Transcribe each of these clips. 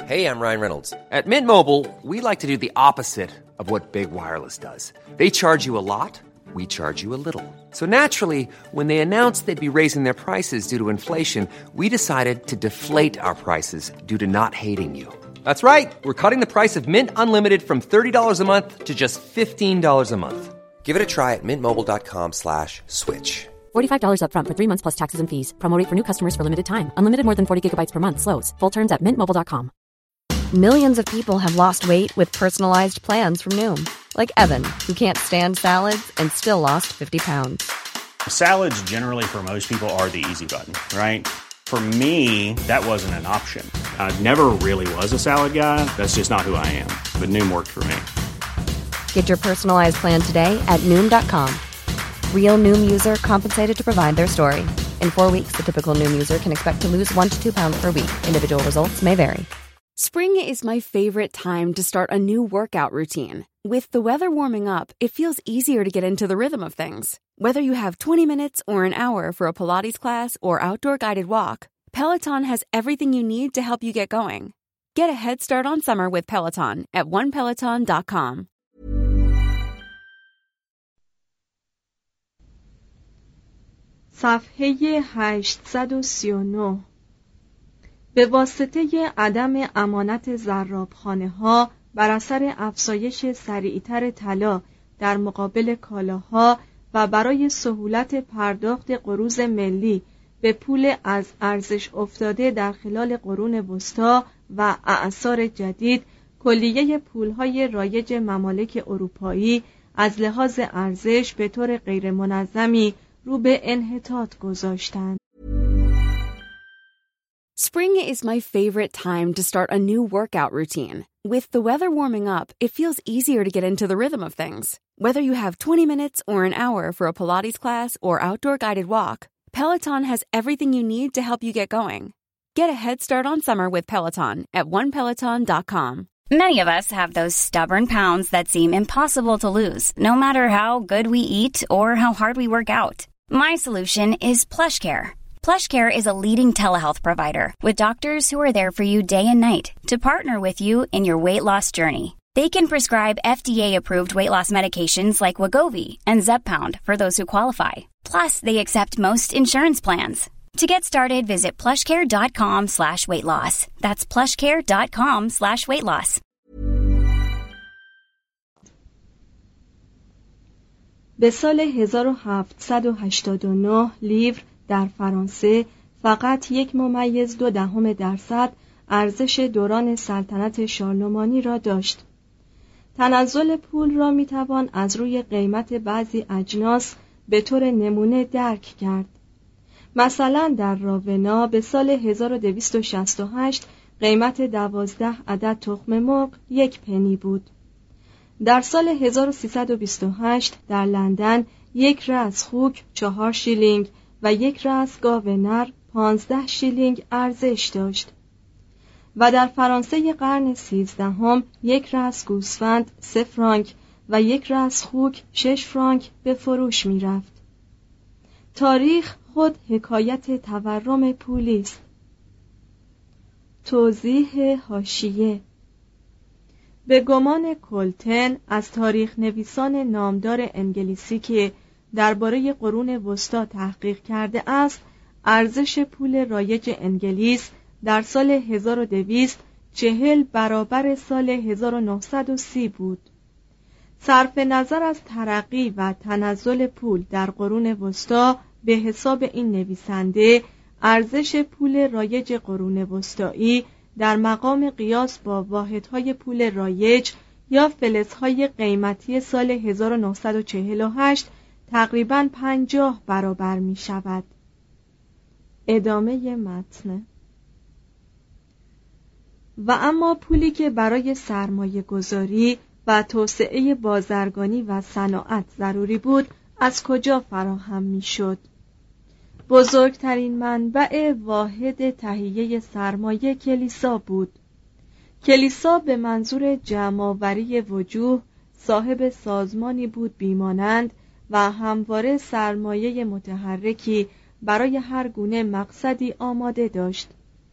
Hey, I'm Ryan Reynolds. At Mint Mobile, we like to do the opposite of what Big Wireless does. They charge you a lot, we charge you a little. So naturally, when they announced they'd be raising their prices due to inflation, we decided to deflate our prices due to not hating you. That's right. We're cutting the price of Mint Unlimited from $30 a month to just $15 a month. Give it a try at mintmobile.com/switch. $45 up front for 3 months plus taxes and fees. Promo rate for new customers for limited time. Unlimited more than 40 gigabytes per month. Slows full terms at mintmobile.com. Millions of people have lost weight with personalized plans from Noom. Like Evan, who can't stand salads and still lost 50 pounds. Salads generally for most people are the easy button, right? For me, that wasn't an option. I never really was a salad guy. That's just not who I am. But Noom worked for me. Get your personalized plan today at Noom.com. Real Noom user compensated to provide their story. In 4 weeks, the typical Noom user can expect to lose 1 to 2 pounds per week. Individual results may vary. Spring is my favorite time to start a new workout routine. With the weather warming up, it feels easier to get into the rhythm of things. Whether you have 20 minutes or an hour for a Pilates class or outdoor guided walk, Peloton has everything you need to help you get going. Get a head start on summer with Peloton at onepeloton.com. صفحه 839. به واسطه عدم امانت زرابخانه‌ها بر اثر افزایش سریعتر طلا در مقابل کالاها و برای سهولت پرداخت قروض ملی به پول از ارزش افتاده در خلال قرون وسطی و اعصار جدید، کلیه پولهای رایج ممالک اروپایی از لحاظ ارزش به طور غیر منظمی رو به انحطاط گذاشتند. Spring is my favorite time to start a new workout routine. With the weather warming up, it feels easier to get into the rhythm of things. Whether you have 20 minutes or an hour for a Pilates class or outdoor guided walk, Peloton has everything you need to help you get going. Get a head start on summer with Peloton at onepeloton.com. Many of us have those stubborn pounds that seem impossible to lose, no matter how good we eat or how hard we work out. My solution is PlushCare. PlushCare is a leading telehealth provider with doctors who are there for you day and night to partner with you in your weight loss journey. They can prescribe FDA-approved weight loss medications like Wegovy and Zepbound for those who qualify. Plus, they accept most insurance plans. To get started, visit plushcare.com/weightloss. That's plushcare.com/weightloss. به سال 1789 لیور در فرانسه فقط 1.2% ارزش دوران سلطنت شارلمانی را داشت. تنزل پول را میتوان از روی قیمت بعضی اجناس به طور نمونه درک کرد. مثلا در راونا به سال 1268 قیمت 12 عدد تخم مرغ 1 پنی بود. در سال 1328 در لندن 1 رأس خوک 4 شیلینگ و 1 رأس گاو نر 15 شیلینگ ارزش داشت. و در فرانسه قرن 13 1 رأس گوسفند 3 فرانک و 1 رأس خوک 6 فرانک به فروش می رفت. تاریخ خود حکایت تورم پولی است. توضیح حاشیه: به گمان کلتن از تاریخ نویسان نامدار انگلیسی که درباره قرون وسطی تحقیق کرده است، ارزش پول رایج انگلیس در سال 1200 40 برابر سال 1930 بود. صرف نظر از ترقی و تنزل پول در قرون وسطی، به حساب این نویسنده ارزش پول رایج قرون وسطایی در مقام قیاس با واحدهای پول رایج یا فلزهای قیمتی سال 1948 تقریباً 50 برابر می شود. ادامه متن. و اما پولی که برای سرمایه گذاری و توسعه بازرگانی و صناعت ضروری بود، از کجا فراهم می شد؟ بزرگترین منبع واحد تهیه سرمایه کلیسا بود. کلیسا به منظور جمع‌آوری وجوه صاحب سازمانی بود بیمانند و همواره سرمایه متحرکی برای هر گونه مقصدی آماده داشت.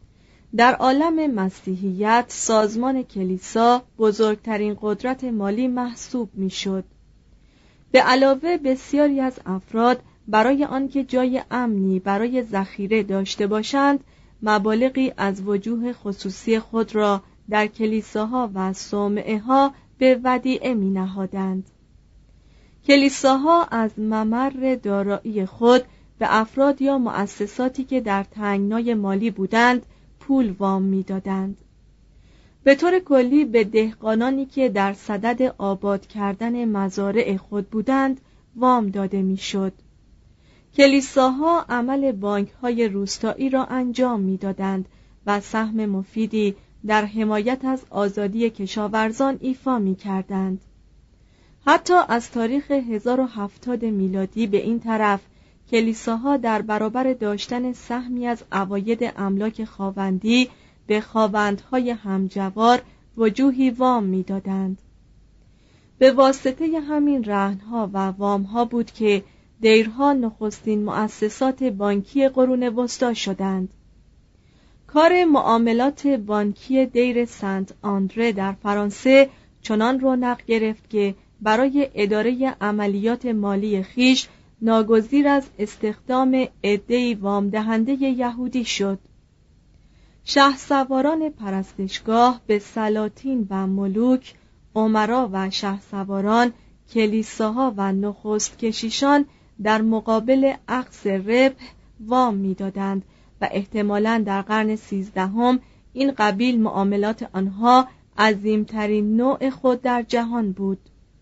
در عالم مسیحیت سازمان کلیسا بزرگترین قدرت مالی محسوب میشد. به علاوه بسیاری از افراد برای آنکه جای امنی برای ذخیره داشته باشند مبالغی از وجوه خصوصی خود را در کلیساها و صومعه‌ها به ودیعه می نهادند. کلیساها از ممر دارایی خود به افراد یا مؤسساتی که در تنگنای مالی بودند پول وام می دادند. به طور کلی به دهقانانی که در صدد آباد کردن مزارع خود بودند وام داده می شد. کلیساها عمل بانک‌های روستایی را انجام می‌دادند و سهم مفیدی در حمایت از آزادی کشاورزان ایفا می‌کردند. حتی از تاریخ 1070 میلادی به این طرف کلیساها در برابر داشتن سهمی از عواید املاک خاوندی به خاوندهای همجوار وجوهی وام می‌دادند. به واسطه همین رهن‌ها و وام‌ها بود که دیرها نخستین مؤسسات بانکی قرون وسطی شدند. کار معاملات بانکی دیر سنت آندره در فرانسه چنان رونق گرفت که برای اداره عملیات مالی خیش ناگزیر از استخدام عده‌ای وام دهنده یهودی شد. شهسواران پرستشگاه به سلاطین و ملوک، امرا و شهسواران، کلیساها و نخست کشیشان در مقابل اخذ ربح وام می‌دادند و احتمالاً در قرن 13 این قبیل معاملات آنها عظیمترین نوع خود در جهان بود.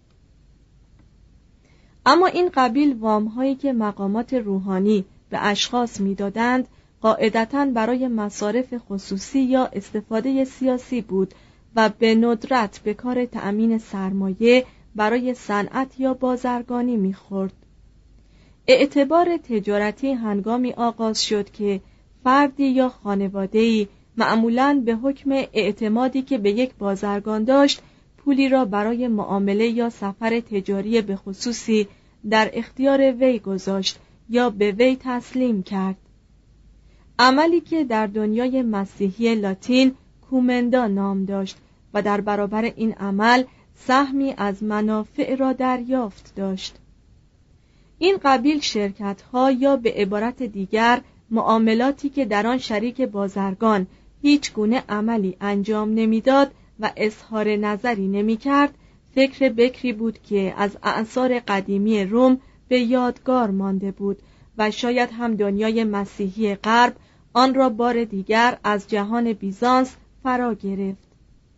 اما این قبیل وام‌هایی که مقامات روحانی به اشخاص می‌دادند قاعدتاً برای مصارف خصوصی یا استفاده سیاسی بود و به ندرت به کار تأمین سرمایه برای صنعت یا بازرگانی می‌خورد. اعتبار تجارتی هنگامی آغاز شد که فردی یا خانواده‌ای معمولاً به حکم اعتمادی که به یک بازرگان داشت پولی را برای معامله یا سفر تجاری به خصوصی در اختیار وی گذاشت یا به وی تسلیم کرد. عملی که در دنیای مسیحی لاتین کومندا نام داشت و در برابر این عمل سهمی از منافع را دریافت داشت. این قبیل شرکت‌ها یا به عبارت دیگر معاملاتی که در آن شریک بازرگان هیچ گونه عملی انجام نمیداد و اظهار نظری نمی‌کرد، فکر بکری بود که از اعصار قدیمی روم به یادگار مانده بود و شاید هم دنیای مسیحی غرب آن را بار دیگر از جهان بیزانس فرا گرفت.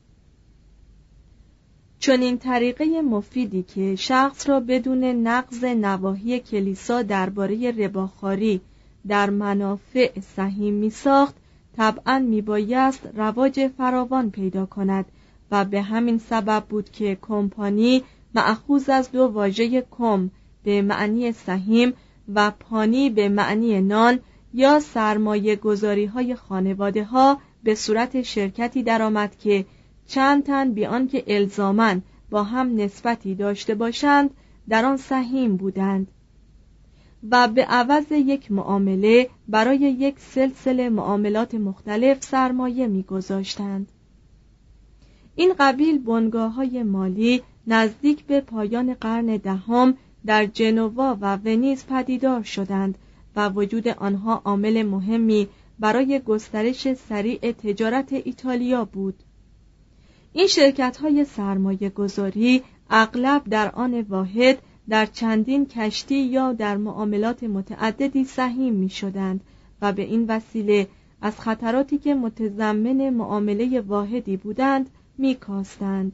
چون این طریقه مفیدی که شخص را بدون نقض نواحی کلیسا درباره رباخواری در منافع سهیم می ساخت، طبعاً می بایست رواج فراوان پیدا کند و به همین سبب بود که کمپانی مأخوذ از دو واژه کم به معنی سهیم و پانی به معنی نان یا سرمایه گذاری های خانواده ها به صورت شرکتی درآمد که چند تن بی آنکه الزاماً با هم نسبتی داشته باشند در آن سهیم بودند و به عوض یک معامله برای یک سلسله معاملات مختلف سرمایه می‌گذاشتند. این قبیل بنگاه‌های مالی نزدیک به پایان قرن دهم در جنوا و ونیز پدیدار شدند و وجود آنها عامل مهمی برای گسترش سریع تجارت ایتالیا بود. این شرکت‌های سرمایه‌گذاری اغلب در آن واحد در چندین کشتی یا در معاملات متعددی سهیم می‌شدند و به این وسیله از خطراتی که متضمن معامله واحدی بودند می‌کاستند.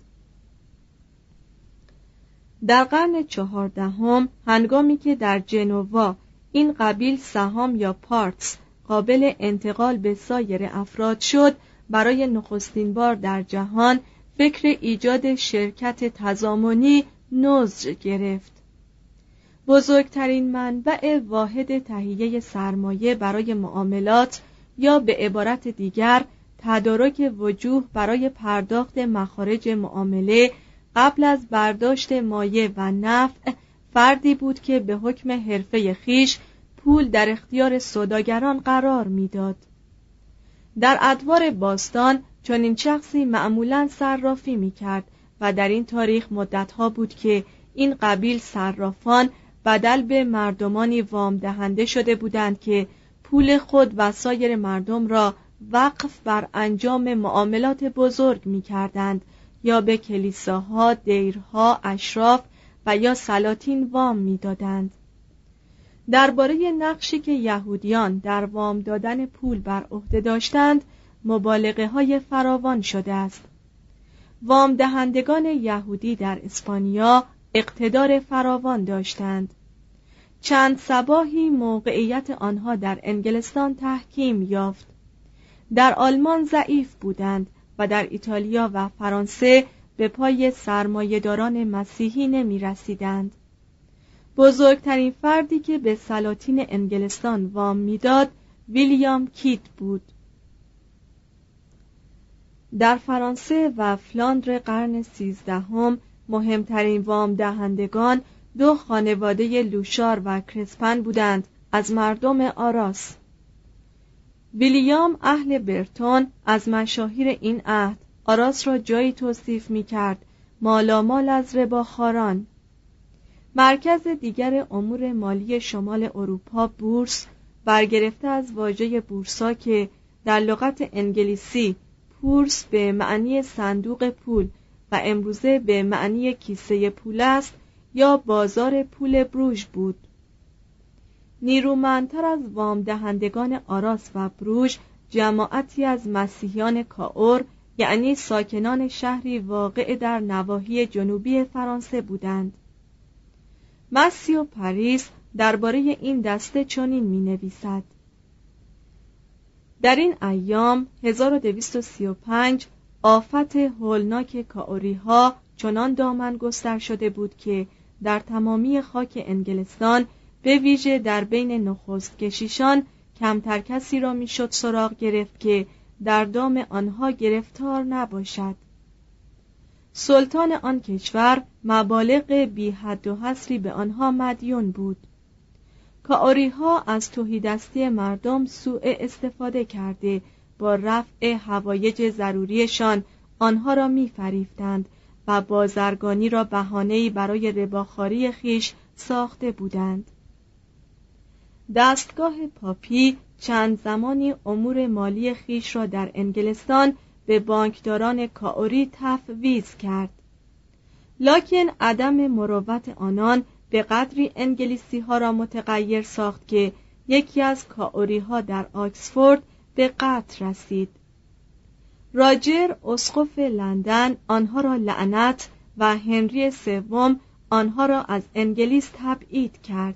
در قرن 14 هنگامی که در جنوا این قبیل سهام یا پارتس قابل انتقال به سایر افراد شد، برای نخستین بار در جهان فکر ایجاد شرکت تضامنی نضج گرفت. بزرگترین منبع واحد تهیه سرمایه برای معاملات یا به عبارت دیگر تدارک وجوه برای پرداخت مخارج معامله قبل از برداشت مایه و نفع فردی بود که به حکم حرفه خیش پول در اختیار سوداگران قرار میداد. در ادوار باستان چنین شخصی معمولاً صرافی می‌کرد و در این تاریخ مدت‌ها بود که این قبیل صرافان بدل به مردمانی وام دهنده شده بودند که پول خود و سایر مردم را وقف بر انجام معاملات بزرگ می‌کردند یا به کلیساها، دیرها، اشراف و یا سلاطین وام می‌دادند. درباره نقشی که یهودیان در وام دادن پول بر عهده داشتند مبالغه‌های فراوان شده است. وام دهندگان یهودی در اسپانیا اقتدار فراوان داشتند. چند صباحی موقعیت آنها در انگلستان تحکیم یافت. در آلمان ضعیف بودند و در ایتالیا و فرانسه به پای سرمایه‌داران مسیحی نمی رسیدند. بزرگترین فردی که به سلاطین انگلستان وام میداد ویلیام کیت بود. در فرانسه و فلاندر قرن 13 مهمترین وام دهندگان دو خانواده لوشار و کرسپن بودند از مردم آراس. ویلیام اهل برتون از مشاهیر این عهد آراس را جایی توصیف می کرد مالامال از رباخواران. مرکز دیگر امور مالی شمال اروپا بورس، برگرفته از واژه بورسا که در لغت انگلیسی پورس به معنی صندوق پول و امروزه به معنی کیسه پول است، یا بازار پول بروژ بود. نیرومندتر از وام دهندگان آراس و بروژ جماعتی از مسیحیان کائور، یعنی ساکنان شهری واقع در نواحی جنوبی فرانسه بودند. مسیو پاریس درباره این دسته چنین می‌نویسد: در این ایام 1235 آفت هولناک کائوری‌ها چنان دامن گستر شده بود که در تمامی خاک انگلستان به ویژه در بین نخست کشیشان کمتر کسی را میشد سراغ گرفت که در دام آنها گرفتار نباشد. سلطان آن کشور مبالغ بی حد و حصری به آنها مدیون بود. کائوری‌ها از تهیدستی مردم سوء استفاده کرده با رفع حوایج ضروریشان آنها را می‌فریفتند و بازرگانی را بهانه‌ای برای رباخواری خیش ساخته بودند. دستگاه پاپی چند زمانی امور مالی خیش را در انگلستان به بانکداران کائوری تفویض کرد، لکن عدم مروت آنان به قدری انگلیسی ها را متغیر ساخت که یکی از کائوری ها در آکسفورد به قتل رسید. راجر اسقف لندن آنها را لعنت و هنری سوم آنها را از انگلیس تبعید کرد.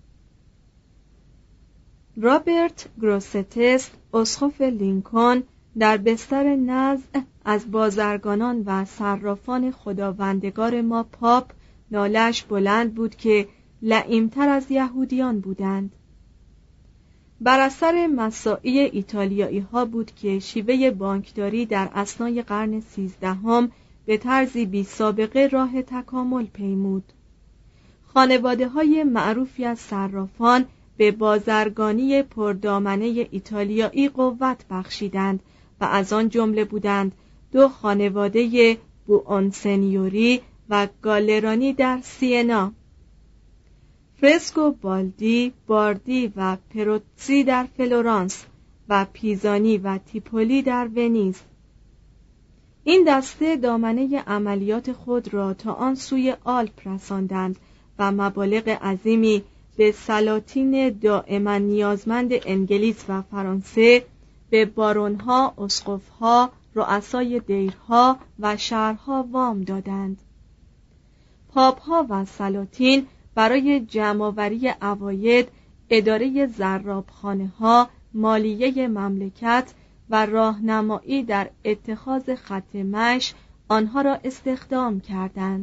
رابرت گروستست اسقف لینکن در بستر نزع از بازرگانان و صرافان خداوندگار ما پاپ نالش بلند بود که لعیمتر از یهودیان بودند. بر اثر مساعی ایتالیایی ها بود که شیوه بانکداری در اثنای قرن 13 به طرزی بی سابقه راه تکامل پیمود. خانواده های معروفی از صرافان به بازرگانی پردامنه ایتالیایی قوت بخشیدند و از آن جمله بودند دو خانواده بوئونسنیوری و گالرانی در سینا، فرسکو بالدی، باردی و پروتزی در فلورانس و پیزانی و تیپولی در ونیز. این دسته دامنه عملیات خود را تا آن سوی آلپ رساندند و مبالغ عظیمی به سلاطین دائما نیازمند انگلیس و فرانسه، به بارونها، اسقفها، رؤسای دیرها و شهرها وام دادند. پاپها و سلاطین برای جمع‌آوری عواید، اداره زرابخانه‌ها، مالیه مملکت و راهنمایی در اتخاذ خط مشی آنها را استخدام کردند.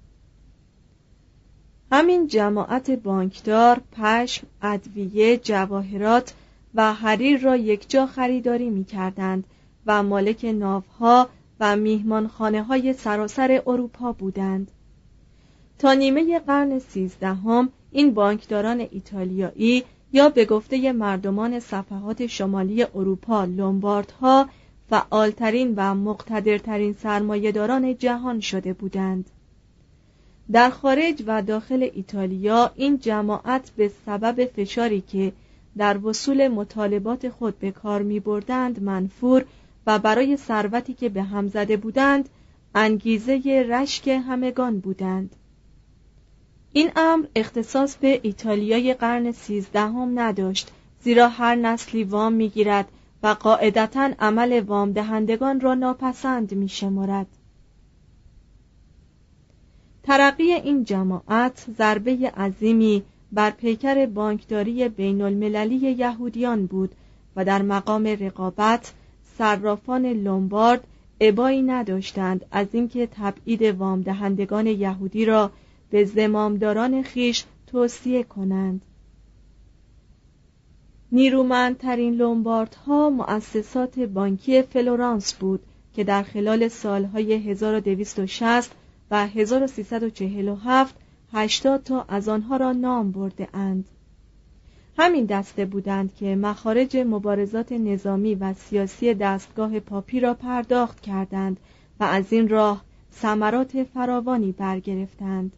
همین جماعت بانکدار پشم، ادویه، جواهرات و حریر را یکجا خریداری می‌کردند و مالک ناوها و میهمانخانه‌های سراسر اروپا بودند. تا نیمه قرن 13 این بانکداران ایتالیایی یا به گفته مردمان صفحات شمالی اروپا لومباردها فعالترین و مقتدرترین سرمایه‌داران جهان شده بودند. در خارج و داخل ایتالیا این جماعت به سبب فشاری که در وصول مطالبات خود به کار می بردند منفور و برای ثروتی که به هم زده بودند انگیزه رشک همگان بودند. این امر اختصاص به ایتالیای قرن 13 نداشت، زیرا هر نسلی وام می گیرد و قاعدتاً عمل وام دهندگان را ناپسند می شمارد. ترقی این جماعت ضربه عظیمی بر پیکر بانکداری بین المللی یهودیان بود و در مقام رقابت صرافان لومبارد ابایی نداشتند از اینکه تبعید وام دهندگان یهودی را به زمامداران خیش توصیه کنند. نیرومندترین لومباردها مؤسسات بانکی فلورانس بود که در خلال سالهای 1260 و 1347 80 تا از آنها را نام برده اند. همین دسته بودند که مخارج مبارزات نظامی و سیاسی دستگاه پاپی را پرداخت کردند و از این راه ثمرات فراوانی برگرفتند.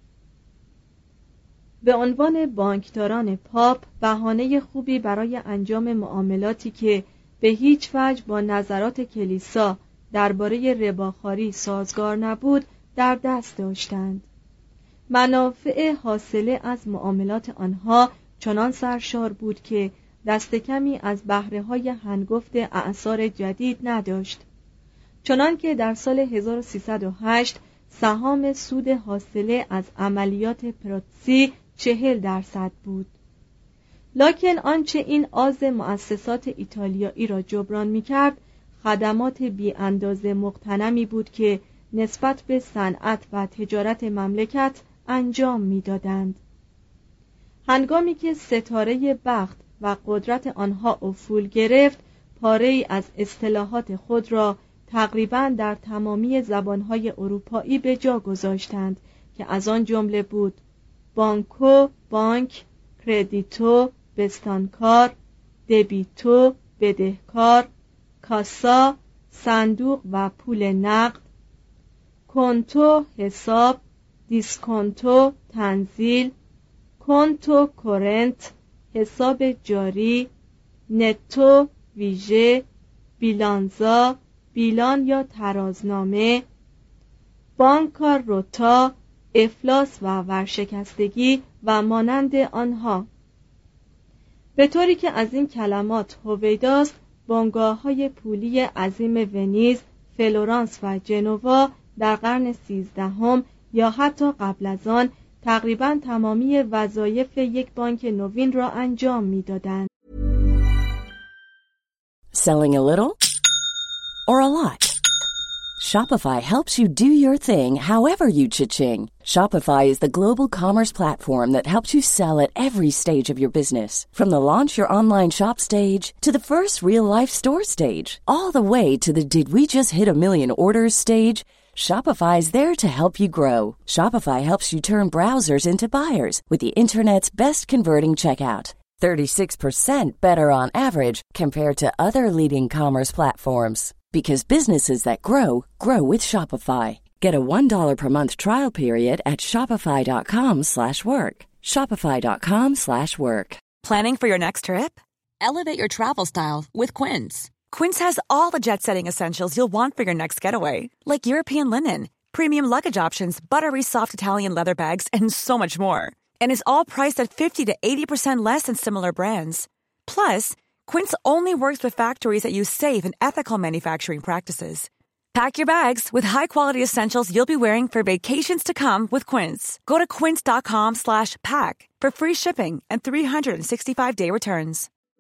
به عنوان بانکداران پاپ بهانه خوبی برای انجام معاملاتی که به هیچ وجه با نظرات کلیسا درباره رباخواری سازگار نبود در دست داشتند. منافع حاصله از معاملات آنها چنان سرشار بود که دست کمی از بهره‌های هنگفت اعصار جدید نداشت، چنان که در سال 1308 سهام سود حاصله از عملیات پروتسی 40% بود. لکن آنچه این آز مؤسسات ایتالیایی را جبران می‌کرد خدمات بی اندازه مغتنمی بود که نسبت به صنعت و تجارت مملکت انجام می‌دادند. هنگامی که ستاره بخت و قدرت آنها افول گرفت، پاره‌ای از اصطلاحات خود را تقریباً در تمامی زبان‌های اروپایی به جا گذاشتند که از آن جمله بود بانکو بانک، کردیتو بستانکار، دبیتو بدهکار، کاسا صندوق و پول نقد، کنتو حساب، دیسکونتو تنزیل، کنتو کورنت حساب جاری، نتو ویژه، بیلانزا بیلان یا ترازنامه، بانکا روتا افلاس و ورشکستگی و مانند آنها. به طوری که از این کلمات هویداست بنگاه‌های پولی عظیم ونیز، فلورانس و جنوا در قرن 13 یا حتی قبل از آن تقریباً تمامی وظایف یک بانک نوین را انجام می‌دادند. Selling a little or a lot? Shopify helps you do your thing however you cha-ching. Shopify is the global commerce platform that helps you sell at every stage of your business. From the launch your online shop stage to the first real-life store stage, all the way to the did we just hit a million orders stage. Shopify is there to help you grow. Shopify helps you turn browsers into buyers with the internet's best converting checkout. 36% better on average compared to other leading commerce platforms. Because businesses that grow, grow with Shopify. Get a $1 per month trial period at shopify.com/work. Shopify.com/work. Planning for your next trip? Elevate your travel style with Quince. Quince has all the jet-setting essentials you'll want for your next getaway, like European linen, premium luggage options, buttery soft Italian leather bags, and so much more. And is all priced at 50 to 80% less than similar brands. Plus, Quince only works with factories that use safe and ethical manufacturing practices. Pack your bags with high-quality essentials you'll be wearing for vacations to come with Quince. Go to quince.com/pack for free shipping and 365-day returns.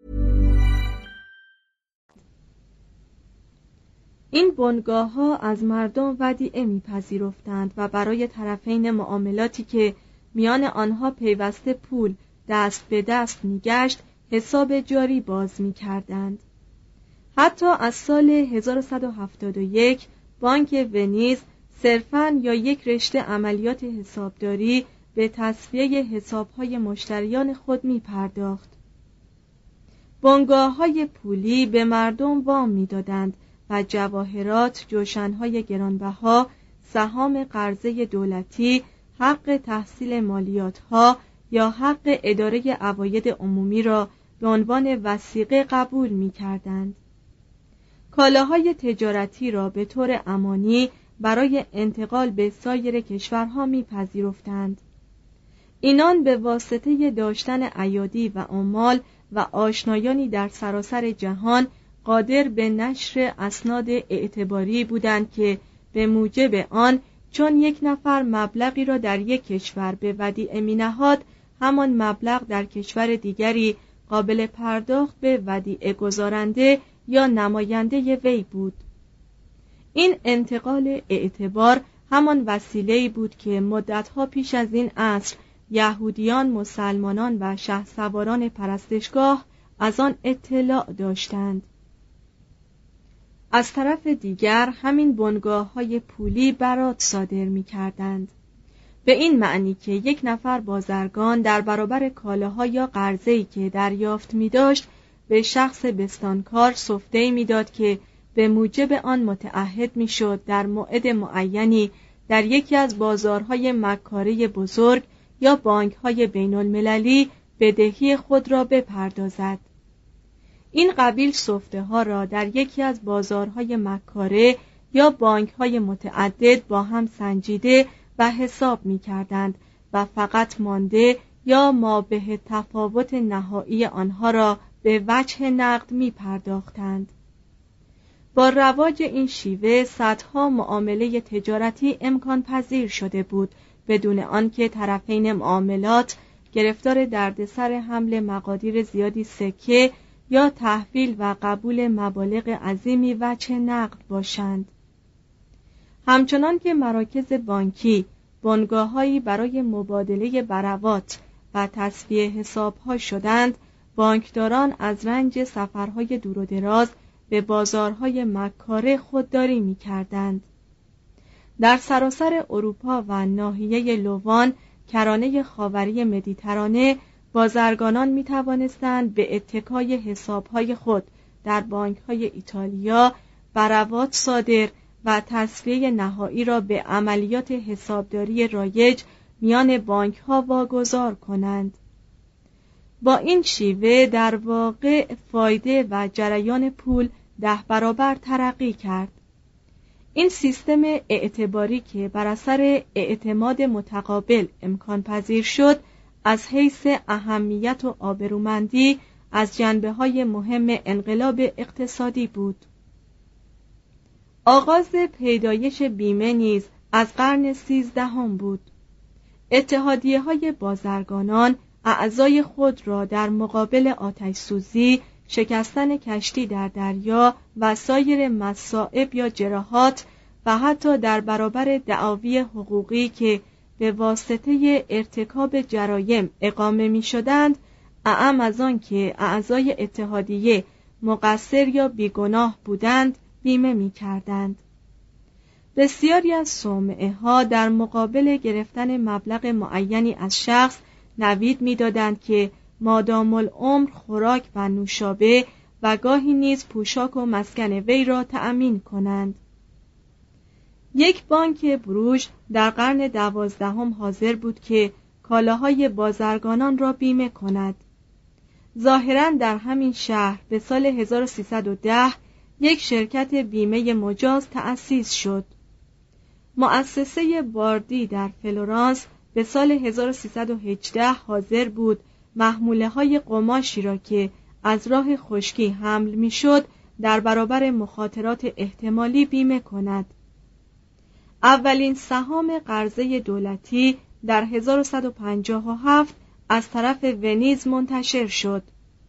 این بنگاه‌ها از مردم ودیعه می‌پذیرفتند و برای طرفین معاملاتی که میان آنها پیوسته پول دست به دست می‌گشت حساب جاری باز می‌کردند. حتی از سال 1171 بانک ونیز صرفاً یا یک رشته عملیات حسابداری به تسویه حساب‌های مشتریان خود می‌پرداخت. بنگاه‌های پولی به مردم وام می‌دادند و جواهرات، جوشن‌های گرانبها، سهام قرضه دولتی، حق تحصیل مالیات‌ها یا حق اداره عواید عمومی را به عنوان وثیقه قبول می‌کردند. کالاهای تجارتی را به طور امانی برای انتقال به سایر کشورها می‌پذیرفتند. اینان به واسطه داشتن ایادی و عمال و آشنایانی در سراسر جهان قادر به نشر اسناد اعتباری بودند که به موجب آن چون یک نفر مبلغی را در یک کشور به ودیعه می‌نهاد، همان مبلغ در کشور دیگری قابل پرداخت به ودیعه گذارنده یا نماینده وی بود. این انتقال اعتبار همان وسیله‌ای بود که مدتها پیش از این عصر یهودیان، مسلمانان و شهسواران پرستشگاه از آن اطلاع داشتند. از طرف دیگر همین بنگاه‌های پولی برات صادر می‌کردند، به این معنی که یک نفر بازرگان در برابر کالاها یا قرضه‌ای که دریافت می‌داشت به شخص بستانکار سفته‌ای می‌داد که به موجب آن متعهد می‌شد در موعد معینی در یکی از بازارهای مکاره بزرگ یا بانک‌های بین‌المللی بدهی خود را بپردازد. این قبیل سفته‌ها را در یکی از بازارهای مکاره یا بانک‌های متعدد با هم سنجیده و حساب می‌کردند و فقط مانده یا ما به تفاوت نهایی آنها را به وجه نقد می‌پرداختند. با رواج این شیوه صدها معامله تجارتی امکان پذیر شده بود بدون آنکه طرفین معاملات گرفتار دردسر حمل مقادیر زیادی سکه یا تحویل و قبول مبالغ عظیمی وجه نقد باشند. همچنان که مراکز بانکی بنگاه‌هایی برای مبادله بروات و تصفیه حساب‌ها شدند، بانکداران از رنج سفرهای دور و دراز به بازارهای مکاره خودداری می‌کردند. در سراسر اروپا و ناحیه لوان، کرانه خاوری مدیترانه، بازرگانان می‌توانستند به اتکای حساب‌های خود در بانک‌های ایتالیا بروات صادر و تصفیه نهایی را به عملیات حسابداری رایج میان بانک‌ها واگذار کنند. با این شیوه در واقع فایده و جریان پول 10 برابر ترقی کرد. این سیستم اعتباری که بر اثر اعتماد متقابل امکان پذیر شد، از حیث اهمیت و آبرومندی از جنبه‌های مهم انقلاب اقتصادی بود. آغاز پیدایش بیمه نیز از قرن 13 بود. اتحادیه‌های بازرگانان اعضای خود را در مقابل آتش‌سوزی، شکستن کشتی در دریا و سایر مصائب یا جراحات و حتی در برابر دعاوی حقوقی که به واسطه ارتکاب جرایم اقامه می شدند، اعم از آن که اعضای اتحادیه مقصر یا بیگناه بودند بیمه می کردند. بسیاری از صومعه ها در مقابل گرفتن مبلغ معینی از شخص نوید می دادند که مادام العمر خوراک و نوشابه و گاهی نیز پوشاک و مسکن وی را تأمین کنند. یک بانک بروژ در قرن 12 حاضر بود که کالاهای بازرگانان را بیمه کند. ظاهراً در همین شهر به سال 1310 یک شرکت بیمه مجاز تأسیس شد. مؤسسه باردی در فلورانس به سال 1318 حاضر بود محموله‌های قماشی را که از راه خشکی حمل می‌شد در برابر مخاطرات احتمالی بیمه کند. اولین سهام قرضه دولتی در 1157 از طرف ونیز منتشر شد.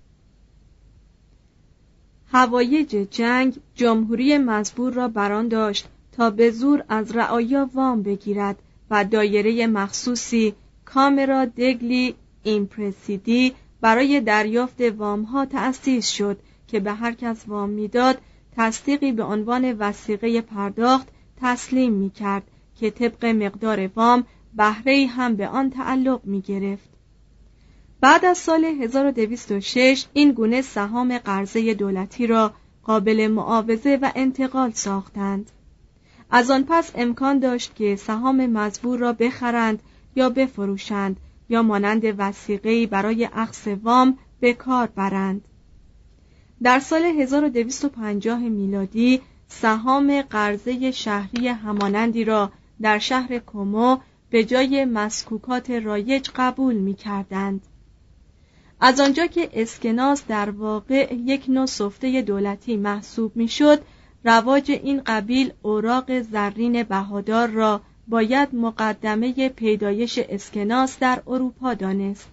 هوایج جنگ جمهوری مزبور را بران داشت تا به زور از رعایا وام بگیرد و دایره مخصوصی کامرا دگلی ایمپرسیدی برای دریافت وام‌ها تأسیس شد که به هر کس وام می‌داد تصدیقی به عنوان وثیقه پرداخت تسلیم می‌کرد که طبق مقدار وام بهره‌ای هم به آن تعلق می‌گرفت. بعد از سال 1206 این گونه سهام قرضه دولتی را قابل معاوضه و انتقال ساختند. از آن پس امکان داشت که سهام مزبور را بخرند یا بفروشند یا مانند وثیقه‌ای برای اخذ وام به کار برند. در سال 1250 میلادی سهام قرضه شهری همانندی را در شهر کومو به جای مسکوکات رایج قبول می کردند. از آنجا که اسکناس در واقع یک نوع سفته دولتی محسوب می شد، رواج این قبیل اوراق زرین بهادار را باید مقدمه پیدایش اسکناس در اروپا دانست.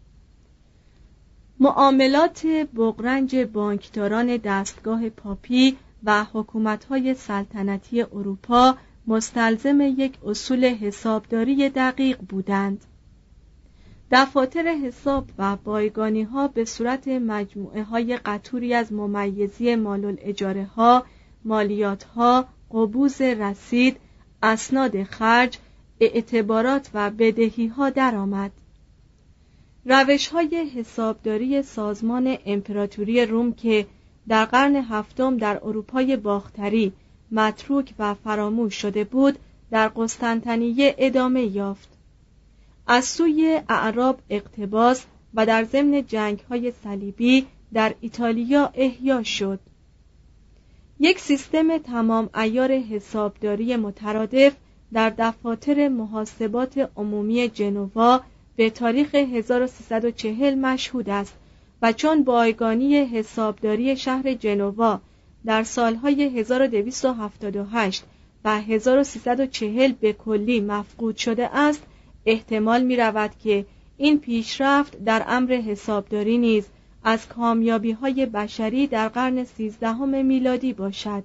معاملات بغرنج بانکداران دستگاه پاپی و حکومت‌های سلطنتی اروپا مستلزم یک اصول حسابداری دقیق بودند. دفاتر حساب و بایگانی‌ها به صورت مجموعه‌های قطوری از ممیزی مال‌الاجاره‌ها، مالیات‌ها، قبوض رسید، اسناد خرج، اعتبارات و بدهی‌ها درآمد. روش‌های حسابداری سازمان امپراتوری روم که در قرن هفتم در اروپای باختری متروک و فراموش شده بود، در قسطنطنیه ادامه یافت. از سوی اعراب اقتباس و در ضمن جنگ‌های صلیبی در ایتالیا احیا شد. یک سیستم تمام عیار حسابداری مترادف در دفاتر محاسبات عمومی جنوا به تاریخ 1340 مشهود است و چون بایگانی حسابداری شهر جنوا در سالهای 1278 و 1340 به کلی مفقود شده است، احتمال می رود که این پیشرفت در امر حسابداری نیز از کامیابی‌های بشری در قرن 13 میلادی باشد.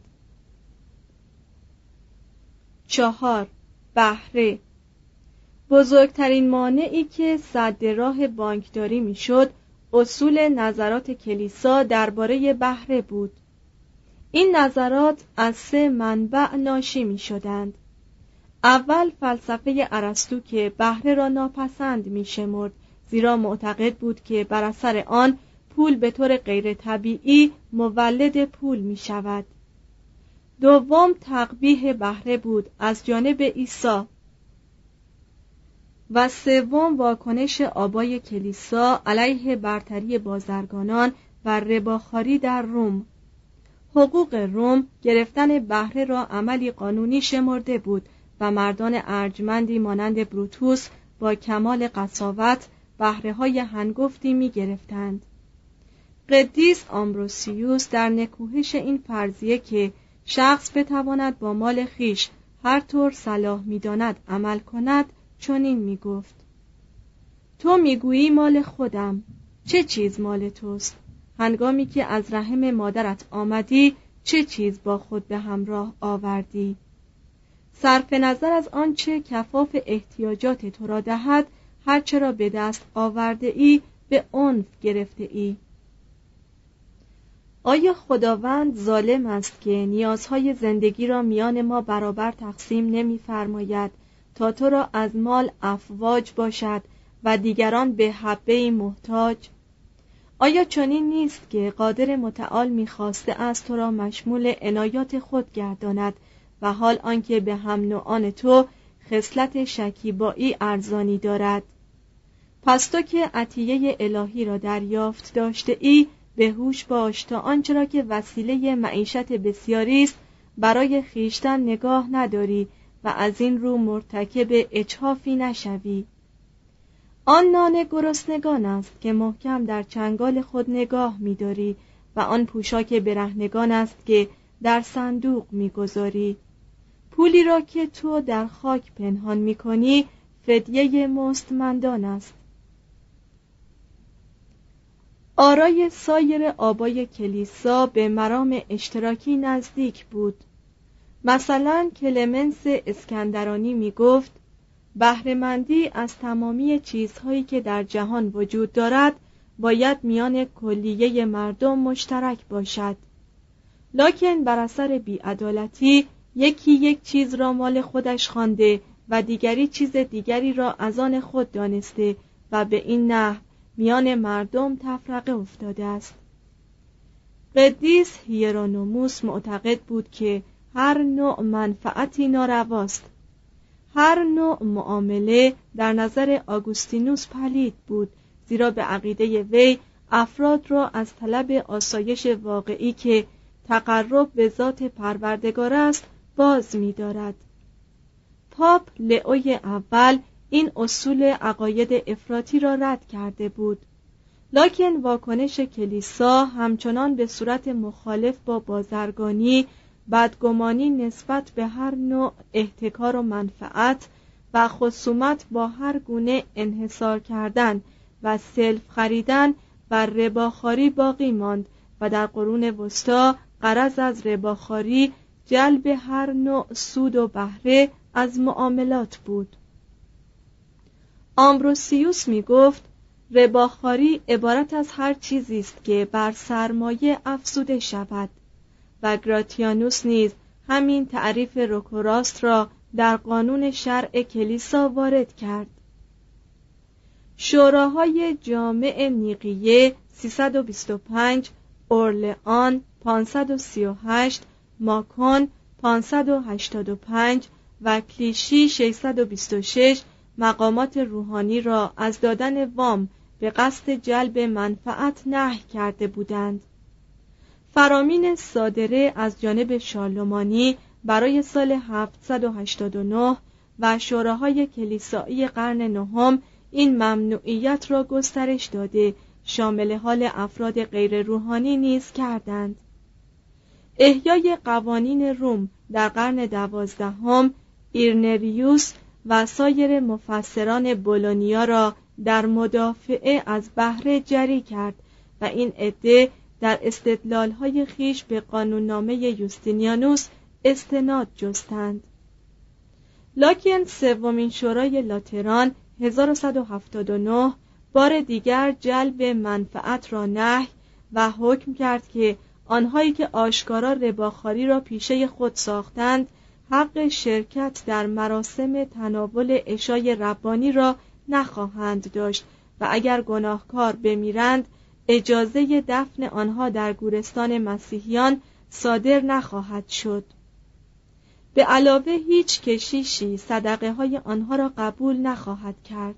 4. بهره. بزرگترین مانعی که سد راه بانکداری میشد، اصول نظرات کلیسا درباره بهره بود. این نظرات از 3 منبع ناشی می شدند. اول فلسفه ارسطو که بهره را ناپسند می شمرد، زیرا معتقد بود که بر اثر آن پول به طور غیر طبیعی مولد پول می شود. دوم تقبیح بهره بود از جانب عیسی. و سوم واکنش آبای کلیسا علیه برتری بازرگانان و رباخواری در روم. حقوق روم گرفتن بهره را عملی قانونی شمرده بود و مردان ارجمندی مانند بروتوس با کمال قساوت بهره‌های هنگفتی می گرفتند. قدیس آمبروسیوس در نکوهش این فرضیه که شخص بتواند با مال خیش هر طور صلاح می‌داند عمل کند چنین می‌گفت: تو می‌گویی مال خودم، چه چیز مال توست؟ هنگامی که از رحم مادرت آمدی چه چیز با خود به همراه آوردی؟ صرف نظر از آنچه کفاف احتیاجات تو را دهد، هر چه را به دست آورده ای به عنف گرفته ای. آیا خداوند ظالم است که نیازهای زندگی را میان ما برابر تقسیم نمی‌فرماید تا تو را از مال افواج باشد و دیگران به حبه‌ای محتاج؟ آیا چنین نیست که قادر متعال می‌خواسته است تو را مشمول عنایات خود گرداند و حال آنکه به هم نوعان تو خصلت شکیبایی ارزانی دارد؟ پس تو که عطیه الهی را دریافت داشته ای، به هوش باش تا آنچه را که وسیله معیشت بسیاری است برای خیشتن نگاه نداری و از این رو مرتکب اجحافی نشوی. آن نان گرسنگان است که محکم در چنگال خود نگاه می‌داری و آن پوشاک برهنگان است که در صندوق می‌گذاری. پولی را که تو در خاک پنهان می‌کنی فدیه مستمندان است. آرای سایر آبای کلیسا به مرام اشتراکی نزدیک بود. مثلا کلمنس اسکندرانی می گفت بهره‌مندی از تمامی چیزهایی که در جهان وجود دارد باید میان کلیه مردم مشترک باشد، لکن بر اثر بی‌عدالتی یکی یک چیز را مال خودش خوانده و دیگری چیز دیگری را از آن خود دانسته و به این نحو میان مردم تفرقه افتاده است. قدیس هیرونوموس معتقد بود که هر نوع منفعتی نارواست. هر نوع معامله در نظر آگوستینوس پلید بود، زیرا به عقیده وی افراد را از طلب آسایش واقعی که تقرب به ذات پروردگار است باز می‌دارد. پاپ لئوی اول این اصول عقاید افراطی را رد کرده بود، لکن واکنش کلیسا همچنان به صورت مخالف با بازرگانی، بدگمانی نسبت به هر نوع احتکار و منفعت و خصومت با هر گونه انحصار کردن و سلف خریدن و رباخواری باقی ماند و در قرون وسطی غرض از رباخواری جلب هر نوع سود و بهره از معاملات بود. آمبروسیوس می گفت رباخواری عبارت از هر چیزی است که بر سرمایه افزوده شود و گراتیانوس نیز همین تعریف روکوراست را در قانون شرع کلیسا وارد کرد. شوراهای جامع نیقیه 325، اورلئان 538، ماکون 585 و کلیشی 626 مقامات روحانی را از دادن وام به قصد جلب منفعت نهی کرده بودند. فرامین صادره از جانب شارلمانی برای سال 789 و شوراهای کلیسایی قرن نهم این ممنوعیت را گسترش داده شامل حال افراد غیر روحانی نیز کردند. احیای قوانین روم در قرن 12 ایرنریوس و سایر مفسران بولونیا را در مدافعه از بهره جری کرد و این عده در استدلال‌های خیش به قانوننامه یوستینیانوس استناد جستند. لکن سومین شورای لاتران 1179 بار دیگر جلب منفعت را نهی و حکم کرد که آنهایی که آشکارا رباخواری را پیشه خود ساختند حق شرکت در مراسم تناول عشای ربانی را نخواهند داشت و اگر گناهکار بمیرند اجازه دفن آنها در گورستان مسیحیان صادر نخواهد شد. به علاوه هیچ کشیشی صدقه های آنها را قبول نخواهد کرد.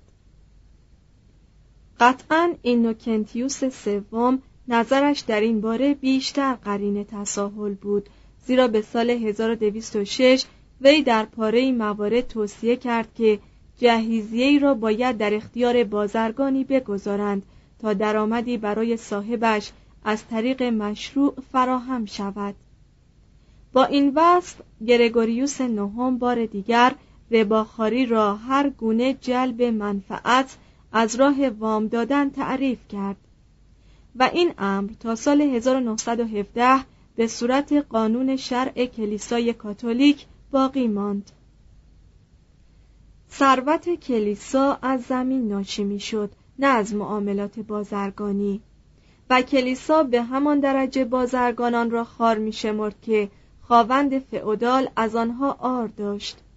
قطعاً اینوکنتیوس سوم نظرش در این باره بیشتر قرین تساهل بود، زیرا به سال 1206 وی در پاره موارد توصیه کرد که جهیزیه‌ای را باید در اختیار بازرگانی بگذارند تا درآمدی برای صاحبش از طریق مشروع فراهم شود. با این وصف گرگوریوس نهم بار دیگر رباخواری را هر گونه جلب منفعت از راه وام دادن تعریف کرد و این امر تا سال 1917 به صورت قانون شرع کلیسای کاتولیک باقی ماند. ثروت کلیسا از زمین ناشی می‌شد، نه از معاملات بازرگانی، و کلیسا به همان درجه بازرگانان را خوار می‌شمرد که خاوند فئودال از آنها عار داشت.